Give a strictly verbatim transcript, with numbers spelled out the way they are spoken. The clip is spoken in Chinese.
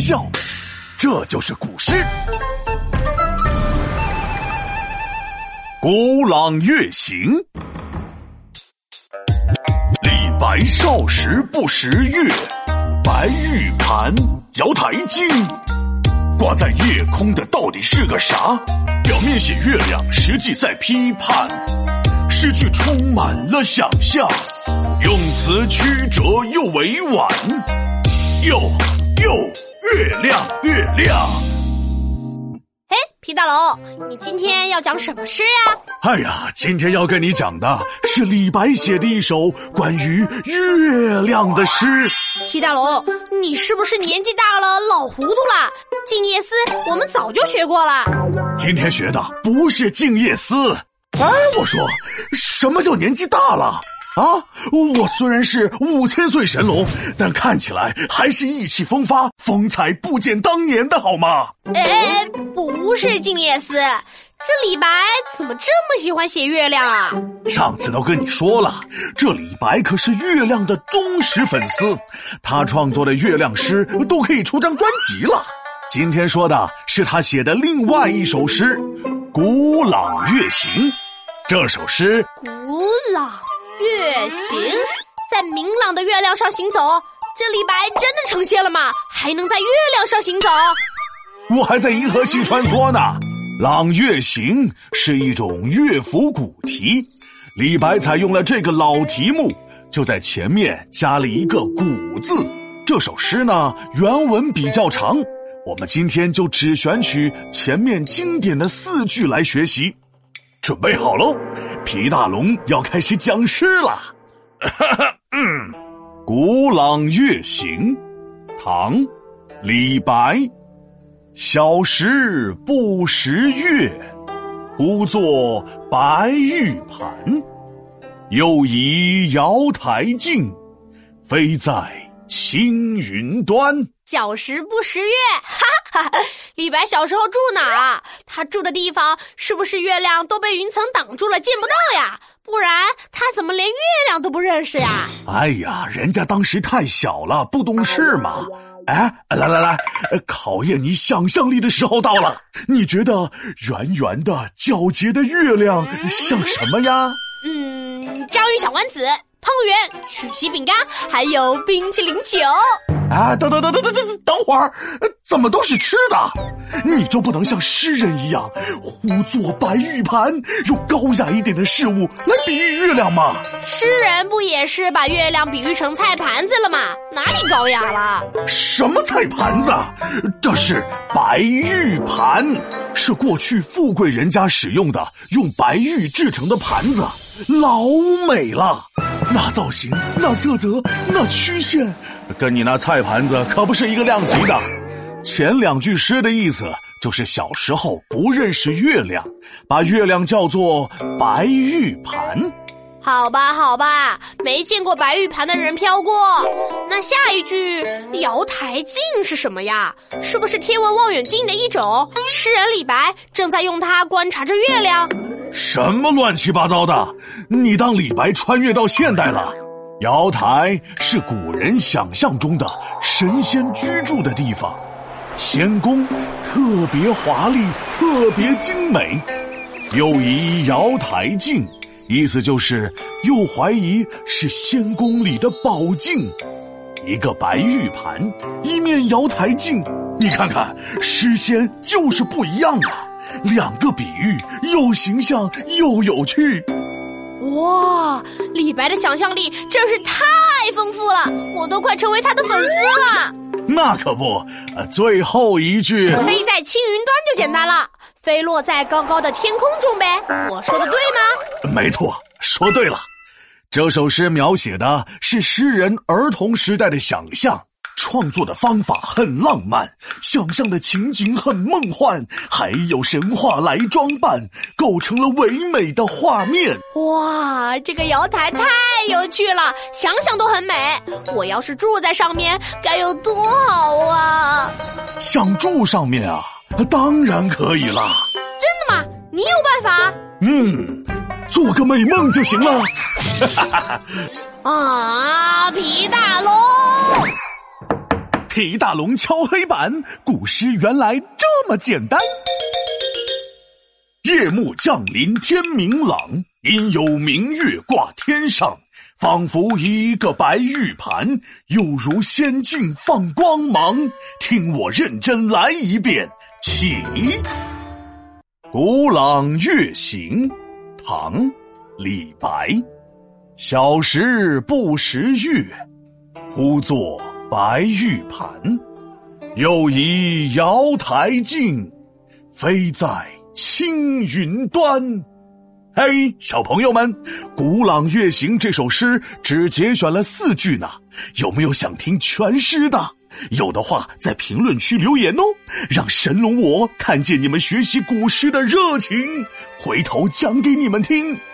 效，这就是古诗。鼓朗乐行。李白少时不识月，白玉盘，瑶台镜。挂在夜空的到底是个啥？表面写月亮，实际在批判。诗句充满了想象，用词曲折又委婉。哟哟，月亮月亮。 嘿，皮大龙，你今天要讲什么诗呀？ 哎呀，今天要跟你讲的是李白写的一首关于月亮的诗。 皮大龙，你是不是年纪大了，老糊涂了？静夜思我们早就学过了。 今天学的不是静夜思。哎，我说，什么叫年纪大了？啊，我虽然是五千岁神龙，但看起来还是意气风发，风采不减当年的好吗？ 哎，不是静夜思，这李白怎么这么喜欢写月亮啊？ 上次都跟你说了，这李白可是月亮的忠实粉丝，他创作的月亮诗都可以出张专辑了。今天说的是他写的另外一首诗《鼓朗乐行》。这首诗鼓朗乐行，在明朗的月亮上行走，这李白真的成仙了吗？还能在月亮上行走？ 我还在银河系穿梭呢。朗乐行是一种乐府古题，李白采用了这个老题目，就在前面加了一个鼓字。这首诗呢，原文比较长，我们今天就只选取前面经典的四句来学习。准备好喽，皮大龙要开始讲诗了。嗯，鼓朗乐行，唐，李白。小时不识月，呼作白玉盘。又疑瑶台镜，飞在青云端。 小时不识月，哈哈，李白小时候住哪儿啊？他住的地方是不是月亮都被云层挡住了，见不到呀？不然他怎么连月亮都不认识呀？ 哎呀，人家当时太小了，不懂事嘛。哎，来来来，考验你想象力的时候到了。你觉得圆圆的、皎洁的月亮像什么呀？ 嗯，章鱼小丸子、汤圆、曲奇饼干，还有冰淇淋球。 啊，等等等等等等，等会儿，怎么都是吃的？你就不能像诗人一样，呼作白玉盘，用高雅一点的事物来比喻月亮吗？ 诗人不也是把月亮比喻成菜盘子了吗？哪里高雅了？ 什么菜盘子？这是白玉盘，是过去富贵人家使用的用白玉制成的盘子，老美了。那造型，那色泽，那曲线，跟你那菜盘子可不是一个量级的。前两句诗的意思就是小时候不认识月亮，把月亮叫做白玉盘。 好吧好吧，没见过白玉盘的人飘过。那下一句瑶台镜是什么呀？是不是天文望远镜的一种？诗人李白正在用它观察着月亮？ 什么乱七八糟的，你当李白穿越到现代了？瑶台是古人想象中的神仙居住的地方，仙宫特别华丽，特别精美。又疑瑶台镜，意思就是又怀疑是仙宫里的宝镜。一个白玉盘，一面瑶台镜，你看看，诗仙就是不一样啊！两个比喻又形象又有趣。 哇，李白的想象力真是太丰富了，我都快成为他的粉丝了。 那可不，最后一句飞在青云端就简单了，飞落在高高的天空中呗。我说的对吗？ 没错，说对了。这首诗描写的是诗人儿童时代的想象，创作的方法很浪漫，想象的情景很梦幻，还有神话来装扮，构成了唯美的画面。 哇，这个瑶台太有趣了，想想都很美。我要是住在上面该有多好啊！ 想住上面啊？当然可以啦。 真的吗？你有办法？ 嗯，做个美梦就行了。 啊，皮大龙！ 铁大龙敲黑板，古诗原来这么简单。夜幕降临天明朗，因有明月挂天上，仿佛一个白玉盘，又如仙境放光芒。听我认真来一遍，起。古朗月行，唐·李白。小时不识月，呼作白玉盘。又疑瑶台镜，飞在青云端。嘿，小朋友们，《古朗月行》这首诗只节选了四句呢，有没有想听全诗的？有的话在评论区留言哦，让神龙我看见你们学习古诗的热情，回头讲给你们听。